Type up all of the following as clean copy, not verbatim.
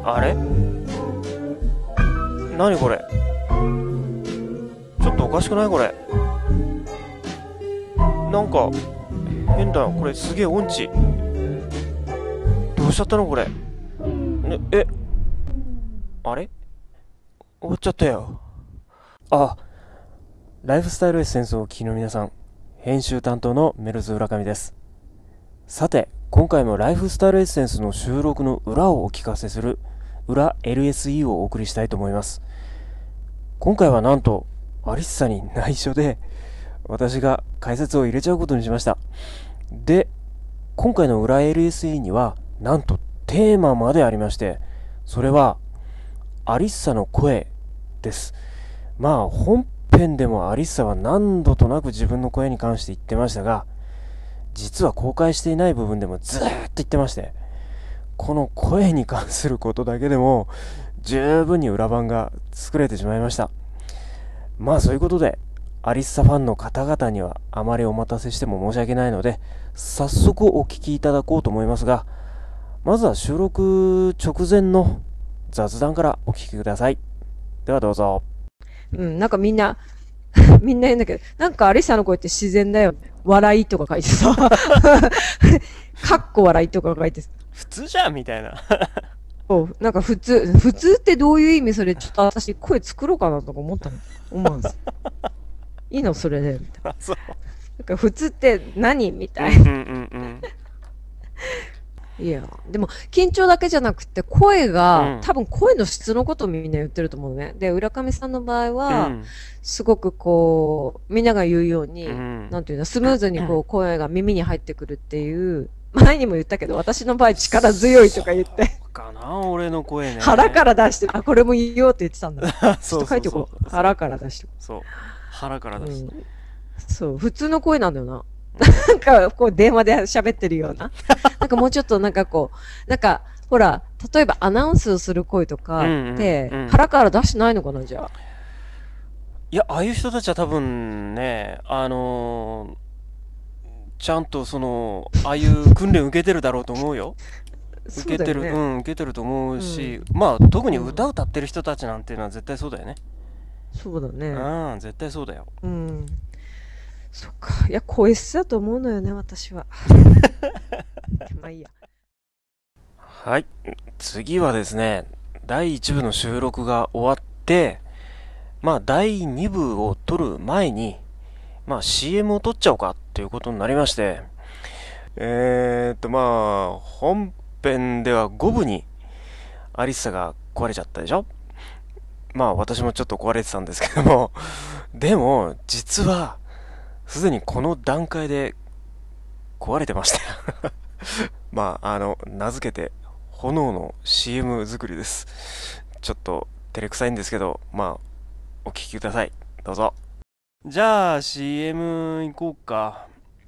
あれ、なにこれ、ちょっとおかしくないこれ。なんか変だよこれ。すげえ音痴。どうしちゃったのこれ、ね。あれ、終わっちゃったよ。あ、ライフスタイルエッセンスをお聞きの皆さん、編集担当のメルズ浦上です。さて、今回もライフスタイルエッセンスの収録の裏をお聞かせする裏 LSE をお送りしたいと思います。今回はなんとアリッサに内緒で私が解説を入れちゃうことにしました。で、今回の裏 LSE にはなんとテーマまでありまして、それはアリッサの声です。まあ本編でもアリッサは何度となく自分の声に関して言ってましたが、実は公開していない部分でもずーっと言ってまして、この声に関することだけでも十分に裏番が作れてしまいました。まあそういうことで、アリッサファンの方々にはあまりお待たせしても申し訳ないので、早速お聞きいただこうと思いますが、まずは収録直前の雑談からお聞きください。ではどうぞ。 なんかみんなみんな言うんだけど、なんかアリサの声って自然だよね。笑いとか書いてさ。かっこ笑いとか書いてさ。 普通じゃんみたいな。 なんか普通ってどういう意味？それちょっと私声作ろうかなとか思ったの。思わんす。いいのそれで、みたいな。 そう。 なんか普通って何みたいな。いや、でも緊張だけじゃなくて声が、多分声の質のことをみんな言ってると思うね。で、浦上さんの場合は、すごくこう、みんなが言うように、なんていうの、スムーズにこう声が耳に入ってくるっていう、前にも言ったけど、私の場合力強いとか言って。 そうかな、俺の声ね。 腹から出して、これも言おうって言ってたんだ。ちょっと書いておこう。腹から出しておこう。そう。腹から出して。 そう、普通の声なんだよな。なんか、こう、電話で喋ってるような。なんかもうちょっとなんかこう、なんか、ほら、例えばアナウンスする声とかって、腹から出してないのかな、じゃあ。 いや、ああいう人たちは多分ね、ちゃんとああいう訓練受けてるだろうと思うよ。受けてる、受けてると思うし、まあ、特に歌歌ってる人たちなんていうのは絶対そうだよね。 そうだね。 絶対そうだよ。 そっか。いや、声質だと思うのよね、私は。まあいいや。 はい。次はですね、第1部の収録が終わって、まあ、第2部を撮る前に、まあ、CM を撮っちゃおうかっていうことになりまして、まあ、本編では5部にアリッサが壊れちゃったでしょ。まあ、私もちょっと壊れてたんですけども、でも、実は、すでにこの段階で壊れてました。まあ、名付けて、炎の CM 作りです。ちょっと、照れくさいんですけど、まあ、お聞きください。どうぞ。じゃあ、CM 行こうか。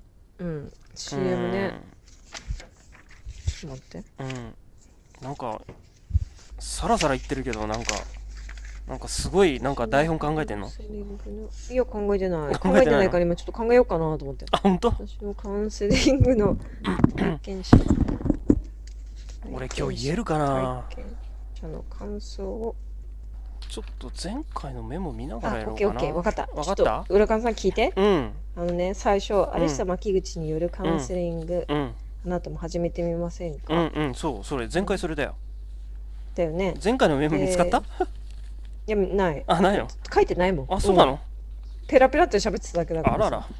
CM ね。ちょっと待って。 なんか、さらさら言ってるけど、なんかすごい、なんか台本考えてんの？ いや、考えてない。考えてないから今ちょっと考えようかなと思って。 あ、ほんと？ 私のカウンセリングの体験者。 俺今日言えるかな？ 体験者の感想を。 ちょっと前回のメモ見ながらやろうかな。 オッケー、わかった。 わかった？ 浦上さん聞いて。最初、アリッサ牧口によるカウンセリング、あなたも始めてみませんか？ そう、それ、前回それだよ。 だよね。 前回のメモ見つかった？ いや、ない。 あ、ないの？ 書いてないもん。 あ、そうなの？ ペラペラって喋ってただけだから。 あらら。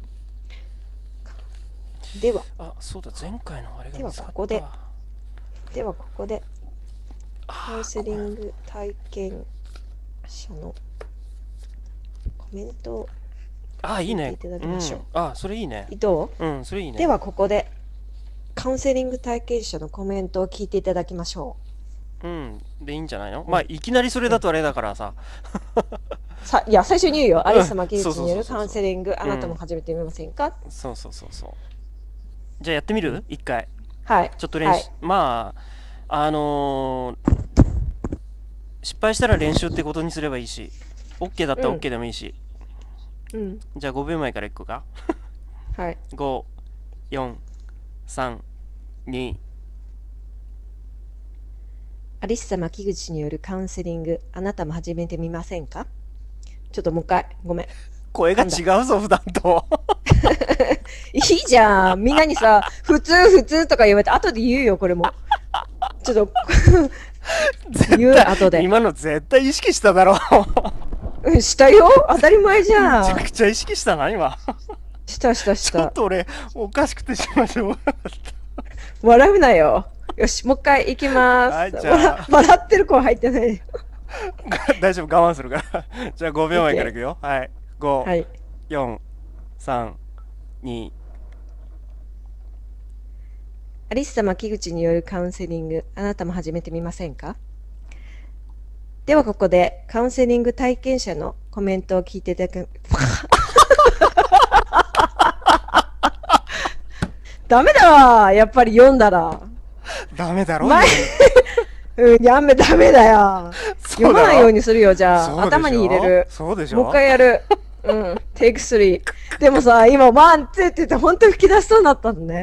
では。 あ、そうだ、前回のあれが見つかった。 ではここでカウンセリング体験者のコメントを聞いていただきましょう。 それいいね。 どう？それいいね。 ではここでカウンセリング体験者のコメントを聞いていただきましょう。でいいんじゃないの？まあいきなりそれだとあれだからさ。 いや、最初に言うよ。アリッサ牧口によるカウンセリング、あなたも始めてみませんか？ そう。じゃあやってみる？一回。 はい。 ちょっと練習。まあ、失敗したら練習ってことにすればいいし、OK だったら OK でもいいし。じゃあ5秒前からいくか。 はい。 5、4、3、2。 アリス様木口によるカウンセリング、あなたも始めてみませんか？ちょっともう一回、ごめん。 声が違うぞ、普段と。 いいじゃん。みんなにさ、普通とか言われて、後で言うよ、これも。ちょっと、言う、後で。 今の絶対意識しただろ。 うん、したよ。当たり前じめちゃん。 ゃくちゃ意識したな、今。 した。 ちょっと俺、おかしくてしましょうがなかっ笑うなよ。よし、もう一回行きまはいす。 じゃあ笑ってる子は入ってないよ。 た。大丈夫、我慢するから。じゃあ5秒前からいくよ。はい。5、 はい。 4、3、2。 アリス様木口によるカウンセリング、あなたも始めてみませんか？ではここでカウンセリング体験者のコメントを聞いていただく。ダメだわ、やっぱり読んだら。 ダメだろ前うん、ダメだよ。読まないようにするよ、じゃあ。頭に入れる。 そうでしょ。 もう一回やる。うん、テイク3。でもさ、今、ワン、ツーって言って本当に吹き出しそうになったのね。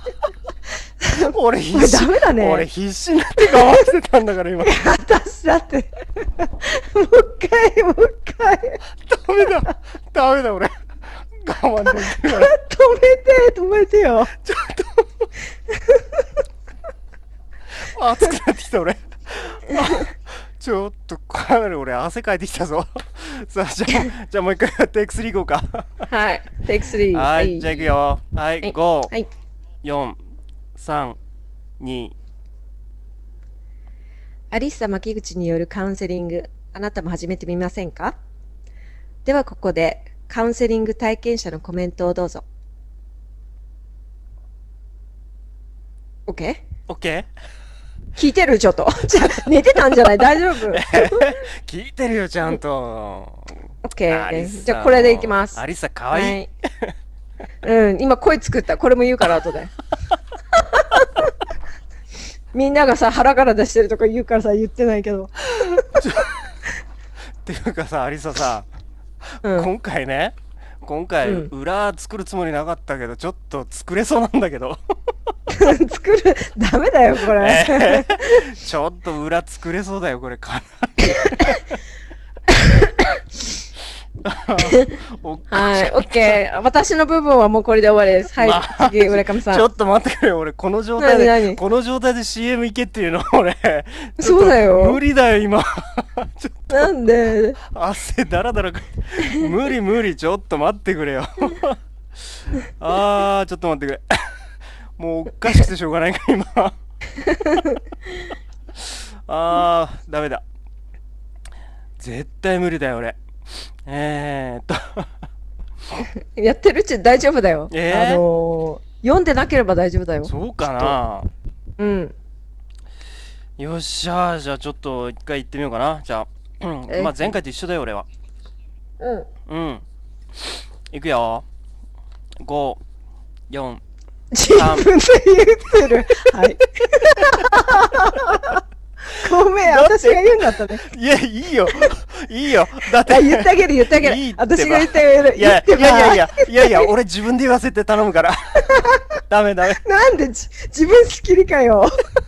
俺必死。 ダメだね。 俺必死になって我慢してたんだから今。 私だって。もう一回。 ダメだ俺。我慢できない。 止めてよ。 ちょっと。熱くなってきた俺。ちょっとかなり俺汗かいてきたぞ。さあじゃあもう一回テイク3いこうか。 はい、テイク3。 はい、じゃあいくよ。はい、5、 はい。 4、3、2。 アリッサ牧口によるカウンセリング、あなたも始めてみませんか？ではここでカウンセリング体験者のコメントをどうぞ。OK？ OK？ 聞いてるちょっと。じゃあ寝てたんじゃない？大丈夫？ 聞いてるよちゃんと。 OK。じゃあこれでいきます。 アリサかわいい。はい、 うん、今声作った。これも言うから後で。みんながさ、腹から出してるとか言うからさ、言ってないけど。 っていうかさ、アリサさ、 うん、 今回、裏作るつもりなかったけど、ちょっと作れそうなんだけど。 作る、ダメだよ、これ。 ちょっと裏作れそうだよ、これ、かなり。 はい、オッケー。私の部分はもうこれで終わりです。はい、次、浦上さん。 ちょっと待ってくれよ、俺、この状態で CM 行けっていうの、俺。 そうだよ。 無理だよ、今。 なんで汗だらだら。無理、ちょっと待ってくれよ。ちょっと待ってくれ。もうおかしくてしょうがないから、今。ダメだ。絶対無理だよ、俺。 やってるうち大丈夫だよ。読んでなければ大丈夫だよ。 そうかな。 うん。 よっしゃ、じゃあちょっと一回行ってみようかな。じゃあ、まあ前回と一緒だよ、俺は。うん。いくよ。5、4、 自分で言ってる。はい。ごめん、私が言うんだったね。 いや、いいよ。だって。 言ってあげる。私が言ってあげる。 いや、俺自分で言わせて頼むから。ダメ。 なんで自分好きりかよ。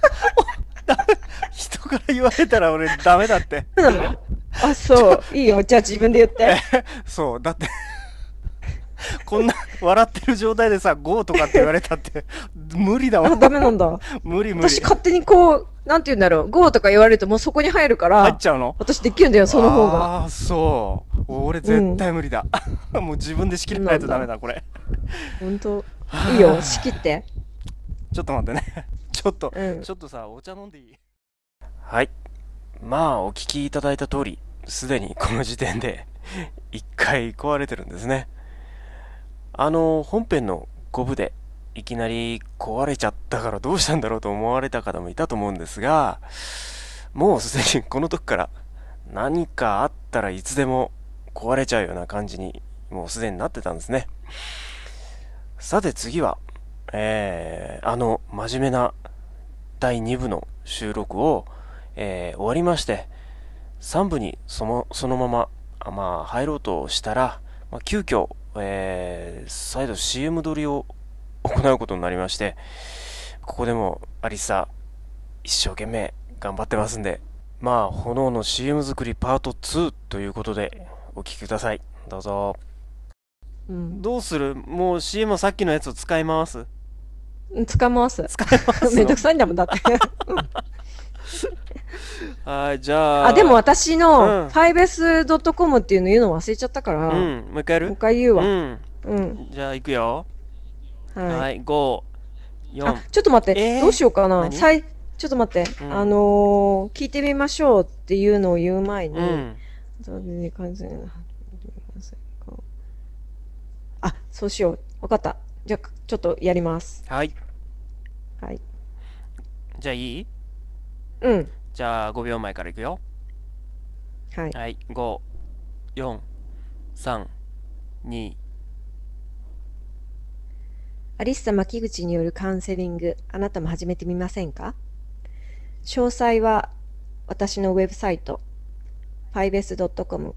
人から言われたら俺ダメだって。 あ、そう。いいよ。じゃあ自分で言って。 そう、だって。こんな笑ってる状態でさ、ゴーとかって言われたって無理だわ。 ダメなんだ。 無理。 私勝手にこう、なんて言うんだろう、ゴーとか言われるともうそこに入るから。 入っちゃうの？ 私できるんだよ、その方が。 そう。俺絶対無理だ。もう自分で仕切らないとダメだ、これ。 ほんと。いいよ、仕切って。 ちょっと待ってね。ちょっとさ、お茶飲んでいい？はい。まあ、お聞きいただいた通り、すでにこの時点で一回壊れてるんですね。本編の5部でいきなり壊れちゃったからどうしたんだろうと思われた方もいたと思うんですが、もうすでにこの時から何かあったらいつでも壊れちゃうような感じにもうすでになってたんですね。さて次は、真面目な第2部の収録を、終わりまして、3部にそのまま、入ろうとしたら、急遽、再度 CM 撮りを行うことになりまして、ここでもアリサ一生懸命頑張ってますんで、まあ、炎の CM 作りパート2ということで、お聞きください。どうぞ。どうする？もう CM さっきのやつを使い回す？ 使い回す。 使い回す。 めんどくさいんだもん、だって。 はい、じゃあ。 あ、でも私の 5s.com っていうの言うの忘れちゃったから。 もう一回やる？ もう一回言うわ。 じゃあ、行くよ。はい、5、4。 あ、ちょっと待って。どうしようかな。ちょっと待って。聞いてみましょうっていうのを言う前に。あ、そうしよう。わかった。じゃあ、ちょっとやります。 はい。 はい。 じゃあいい？じゃあ5秒前からいくよ。はい。5、4、3、2。 アリッサ牧口によるカウンセリング、あなたも始めてみませんか？詳細は私のウェブサイト、5s.com。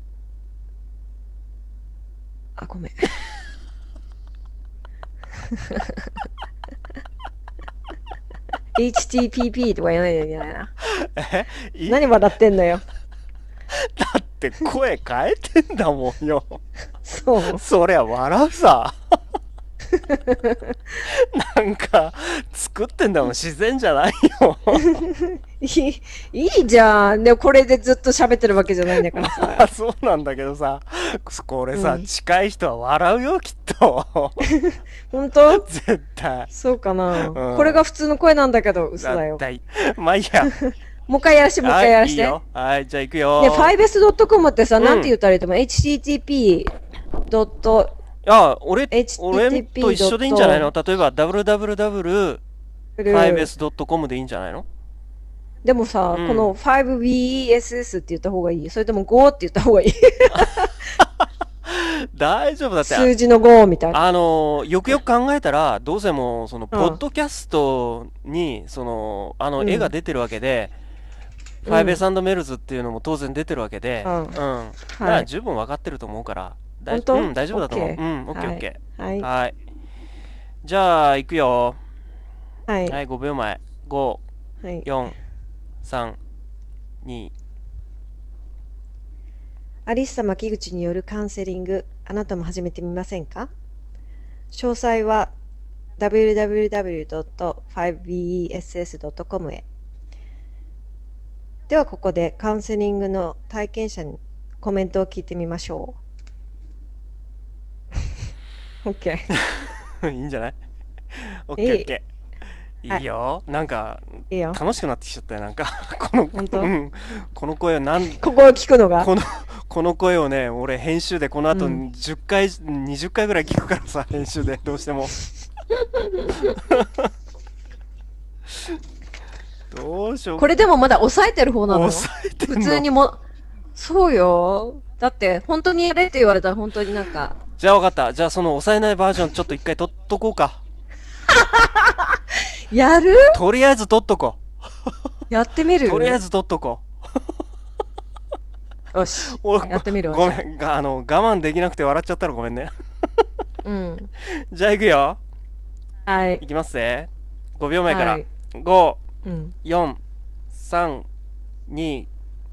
あ、ごめん。HTTP とか言わないといけないな。何笑ってんのよ。 だって声変えてんだもんよ。 そう。 そりゃ笑うさ。なんか、作ってんだもん、自然じゃないよ。 いいじゃん。でもこれでずっと喋ってるわけじゃないんだからさ。 そうなんだけどさ、これさ、近い人は笑うよ、きっと。 本当？ 絶対。 そうかな。これが普通の声なんだけど、嘘だよ。 まあいいや。 もう一回やらして、もう一回やらして。 はい、じゃあ行くよ。 で、5s.com ってさ、なんて言ったらいいと思う？ http. 俺と一緒でいいんじゃないの？例えば www.5s.com でいいんじゃないの？ でもさ、この 5VSS って言った方がいい？それとも5って言った方がいい？ 大丈夫だって。 数字の5みたいな。 よくよく考えたら、どうせも、ポッドキャストに、絵が出てるわけで、5S& メルズっていうのも当然出てるわけで、まあ十分分かってると思うから、大丈夫だと思う。オッケーオッケー。はい。じゃあ、行くよ。はい、5秒前。5、4、3、2。 アリッサ牧口によるカウンセリング、あなたも始めてみませんか？詳細は www.5bess.com へ。ではここでカウンセリングの体験者にコメントを聞いてみましょう。OK。 いいんじゃない？ OK。いいよ。なんか、楽しくなってきちゃったよ。なんか、この声をここを聞くのがこの声をね、俺編集でこの後10回、20回ぐらい聞くからさ、編集でどうしても。どうしよう。 これでもまだ抑えてる方なのよ。 抑えてるの？ 普通にも、そうよ。だって、本当にやれって言われたら本当になんか。 じゃあ分かった。じゃあその抑えないバージョンちょっと一回撮っとこうか。 やる？ とりあえず撮っとこう。やってみる？ とりあえず撮っとこう。よし。やってみるわ。 ごめん、我慢できなくて笑っちゃったらごめんね。じゃあ行くよ。 はい。 いきますぜ。5秒前から。5、4、3、2。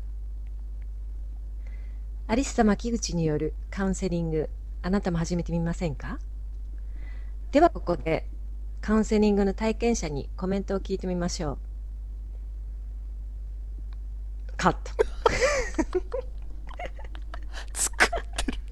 アリッサ牧口によるカウンセリング、あなたも始めてみませんか？ではここでカウンセリングの体験者にコメントを聞いてみましょう。カット。 作ってる。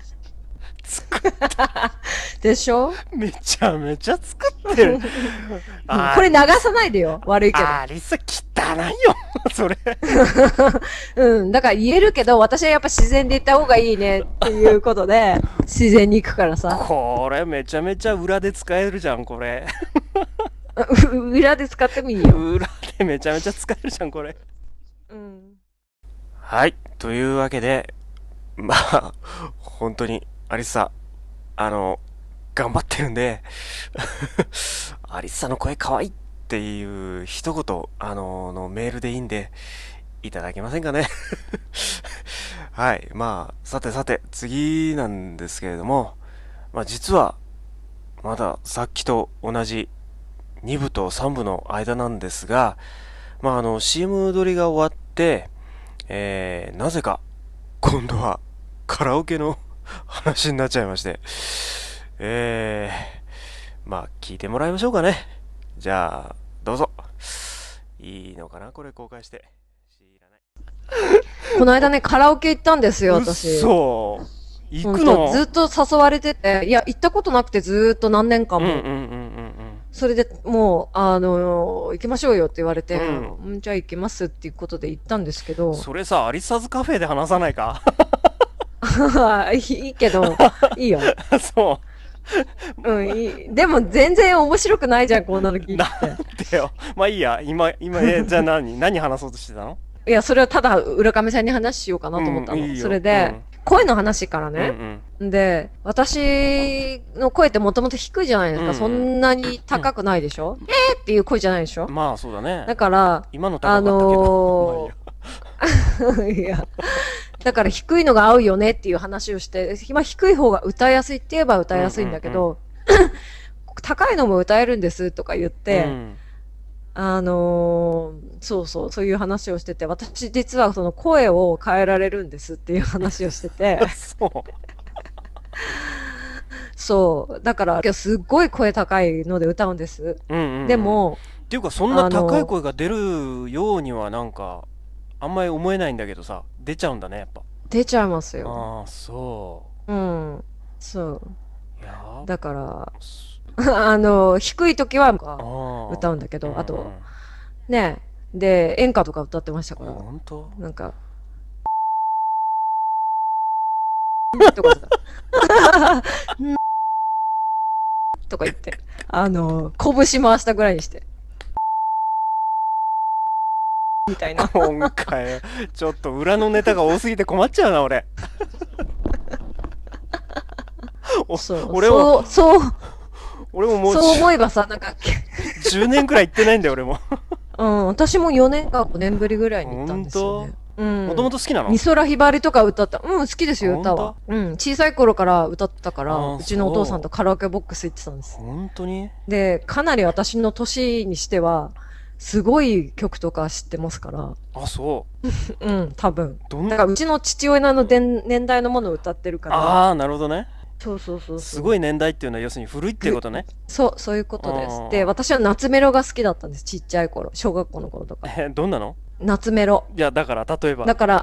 でしょ？ めちゃめちゃ作ってる。 これ流さないでよ。悪いけど。 アリサ汚いよ。それ。 だから言えるけど、私はやっぱ自然で言った方がいいねっていうことで、自然に行くからさ。 これめちゃめちゃ裏で使えるじゃん、これ。 裏で使ってもいいよ。 裏でめちゃめちゃ使えるじゃん、これ。はい。というわけで、まあ、本当に、アリサ、頑張ってるんで、アリサの声可愛いっていう一言、のメールでいいんで、いただけませんかね。はい。まあ、さて、次なんですけれども、まあ実は、まださっきと同じ2部と3部の間なんですが、 CM 撮りが終わって、なぜか、今度はカラオケの話になっちゃいまして、聞いてもらいましょうかね。じゃあ、どうぞ。いいのかなこれ公開して。知らない。 この間ね、カラオケ行ったんですよ、私。 そう。行くの？ ずっと誘われてて、いや、行ったことなくてずっと何年間も。それでもう、行きましょうよって言われて、じゃあ行きますっていうことで行ったんですけど。 それさ、アリサズカフェで話さないか？ いいけど、いいよ。 そう。 いい。でも全然面白くないじゃん、こんなの聞いて。 なんでよ。まあいいや、今、じゃあ何話そうとしてたの？ いや、それはただ、浦上さんに話しようかなと思ったの。それで、声の話からね。で、私の声ってもともと低いじゃないですか。そんなに高くないでしょ？っていう声じゃないでしょ？ まあそうだね。 だから、 今の高かったけど。 いや、だから低いのが合うよねっていう話をして、今低い方が歌いやすいって言えば歌いやすいんだけど、高いのも歌えるんですとか言って、そういう話をしてて、私実はその声を変えられるんですっていう話をしてて。そう。だから、今日すっごい声高いので歌うんです。でも、 っていうかそんな高い声が出るようにはなんか、あんまり思えないんだけどさ、出ちゃうんだね、やっぱ。 出ちゃいますよ。 ああ、そう。 そう。 いやだから、低い時は歌うんだけど、あと、ねで、演歌とか歌ってましたから。 本当？ なんか、とかさ、とか言って、拳回したぐらいにして。みたいな。 今回、ちょっと裏のネタが多すぎて困っちゃうな、俺。俺もそう思えばさ、なんか、 10年くらい行ってないんだよ、俺も。 私も4年か5年ぶりぐらいに行ったんですよね。 もともと好きなの？ 美空ひばりとか歌った。好きですよ、歌は。小さい頃から歌ったから、うちのお父さんとカラオケボックス行ってたんです。 本当に？ で、かなり私の年にしては、すごい曲とか知ってますから。 あ、そう。 多分。だからうちの父親の年代のものを歌ってるから。 ああ、なるほどね。 そう。 すごい年代っていうのは要するに古いってことね。 そういうことです。で、私は夏メロが好きだったんです。ちっちゃい頃。小学校の頃とか。 どんなの？ 夏メロ。 いや、だから例えば。 だから、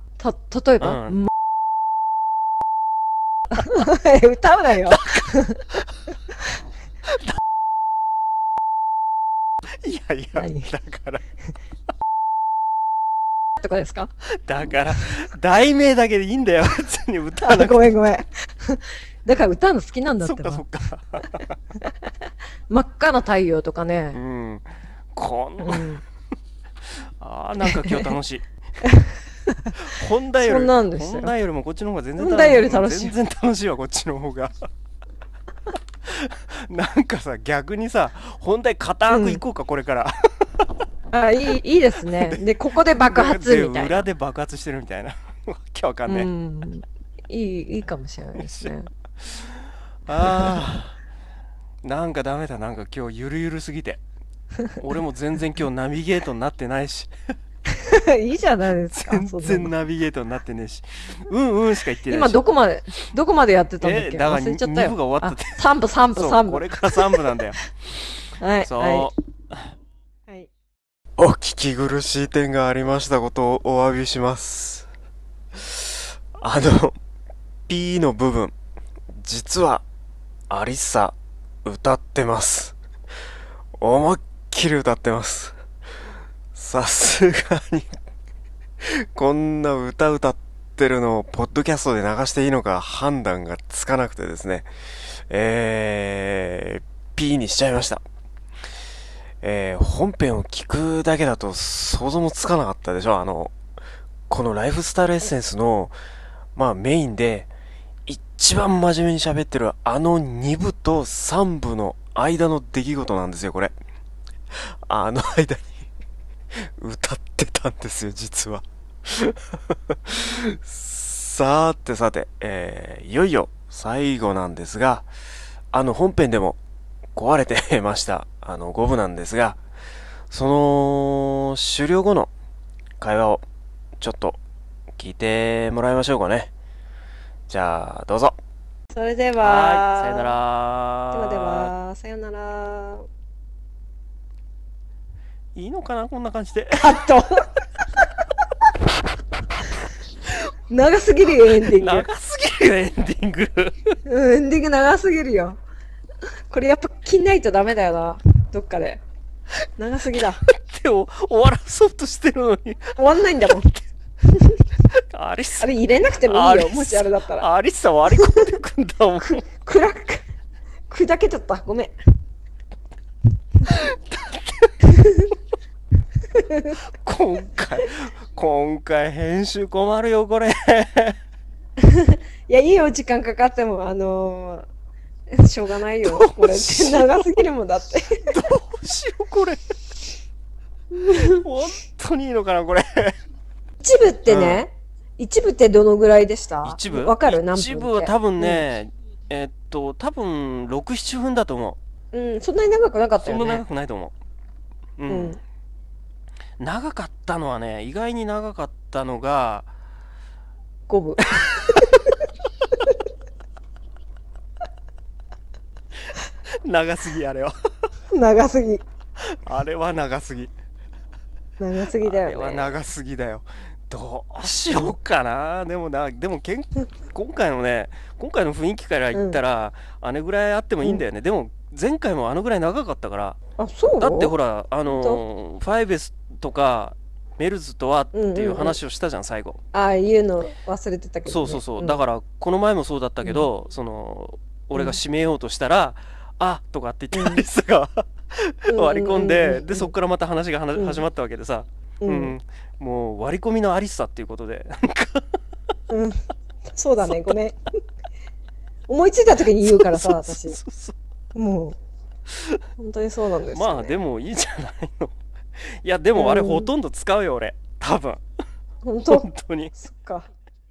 例えば、歌うなよ。 いや、だから。 とかですか？ だから、題名だけでいいんだよ。別に歌わなくて。 ごめん。だから歌うの好きなんだってば。 そっか。 真っ赤な太陽とかね。 なんか今日楽しい。本題よりもこっちの方が全然楽しい。全然楽しいわ、こっちの方が。なんかさ、逆にさ、本題固くいこうか、これから。 いいですね。で、ここで爆発みたいな。 裏で爆発してるみたいな。わけわかんねえ。いいかもしれないですね。 なんかダメだ。なんか今日ゆるゆるすぎて。俺も全然今日ナビゲートになってないし。 いいじゃないですか。 全然ナビゲートになってねえし。しか言ってないし。 今どこまでやってたんだっけ？忘れちゃったよ。 2部が終わったって。 3部。 これから3部なんだよ。 はい。 そう。お聞き苦しい点がありましたことをお詫びします。P の部分、実は、アリッサ、歌ってます。思いっきり歌ってます。さすがに、こんな歌ってるのをポッドキャストで流していいのか判断がつかなくてですね、P にしちゃいました。本編を聞くだけだと想像もつかなかったでしょ。このライフスタイルエッセンスの、メインで、一番真面目に喋ってる2部と3部の間の出来事なんですよ、これ。間に歌ってたんですよ、実は。さて、いよいよ最後なんですが、本編でも壊れてました、5部なんですが、 その終了後の会話をちょっと聞いてもらいましょうかね。じゃあどうぞ。 それではい、 は、 さよなら。 では、さよなら。 いいのかな、こんな感じで。 カット長すぎるよ、エンディング。 長すぎるよ、エンディング。 エンディング長すぎるよ。これやっぱ切んないとダメだよな。どっかで。長すぎだ。 でも、終わらそうとしてるのに。 終わんないんだもん。 アリス、 あれ入れなくてもいいよ、もしあれだったら。 アリスさん割り込んでくんだもん。 砕けちゃった。ごめん。 今回編集困るよ、これ。 いや、いいよ、時間かかっても、しょうがないよ。これ、長すぎるもんだって。 どうしよう、これ。本当にいいのかな、これ。 一部ってね、一部ってどのぐらいでした？ 一部わかる？何分って？ 一部は多分ね、多分6、7分だと思う。うん、そんなに長くなかったよね。 そんな長くないと思う。うん。長かったのはね、意外に長かったのが、 5分。 長すぎ、あれは。 長すぎ。 あれは長すぎ。 長すぎだよね。 あれは長すぎだよ。どうしようかな。でも今回の雰囲気から言ったら、あれぐらいあってもいいんだよね。でも、前回もあのぐらい長かったから。 あ、そう？ だってほら、ファイベスとか、メルズとはっていう話をしたじゃん、最後。 ああ、言うの忘れてたけど、 ね。そう。だから、この前もそうだったけど、俺が締めようとしたら、あとかって言ってアリスが割り込んで、で、そこからまた話が始まったわけでさ。もう割り込みのアリスさっていうことで。 そうだね、ごめん。思いついた時に言うからさ、私。もう、本当にそうなんですよ、ね。 まあでもいいじゃないの。いやでもあれほとんど使うよ俺、多分。 本当に。 そっか。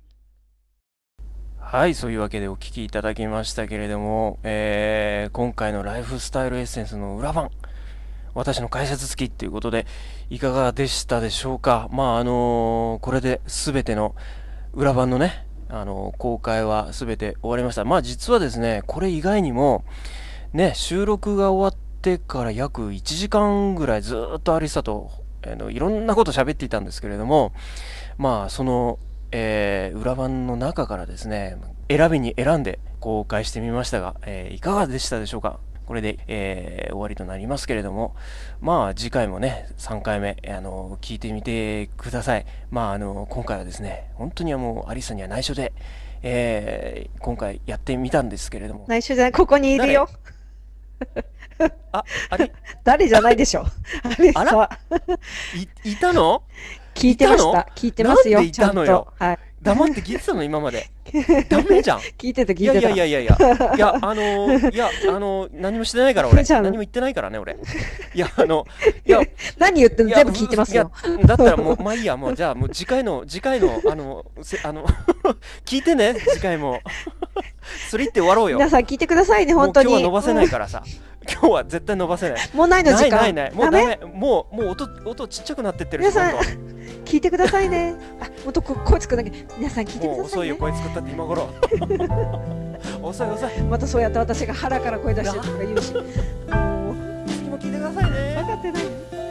はい、そういうわけでお聞きいただきましたけれども、今回のライフスタイルエッセンスの裏版、私の解説付きということで、いかがでしたでしょうか。まあこれで全ての裏版のね、公開は全て終わりました。まあ実はですね、これ以外にも、ね、収録が終わってから約1時間ぐらいずっとアリサと、いろんなこと喋っていたんですけれども、まあその、裏版の中からですね、選んで公開してみましたが、いかがでしたでしょうか。これで、終わりとなりますけれども、まあ次回もね、3回目、聞いてみてください。まあ今回はですね、本当にもうアリサには内緒で、今回やってみたんですけれども。 内緒じゃない、ここにいるよ。 あれ誰じゃないでしょ。 あらいたの？ 聞いてました。聞いてますよ。 なんでいたのよ。 はい。 黙って聞いてたの今まで。ダメじゃん。 聞いてた。 いや、何もしてないから俺。何も言ってないからね俺。 何言ってんの全部聞いてますよ。 だったらもう、まあいいや、もうじゃあもう次回の、聞いてね、次回も。それ言って終わろうよ。 皆さん聞いてくださいね、本当に。 今日は伸ばせないからさ。今日は絶対伸ばせない。 もうないの時間。 ない。もうダメ。もう音ちっちゃくなってってる。 皆さん、聞いてくださいね。もっと声作らなきゃ。皆さん聞いてくださいね。 もう遅いよ、声作ったって今頃。遅い。 またそうやって私が腹から声出してとか言うし。もう。 次も聞いてくださいね。 分かってない。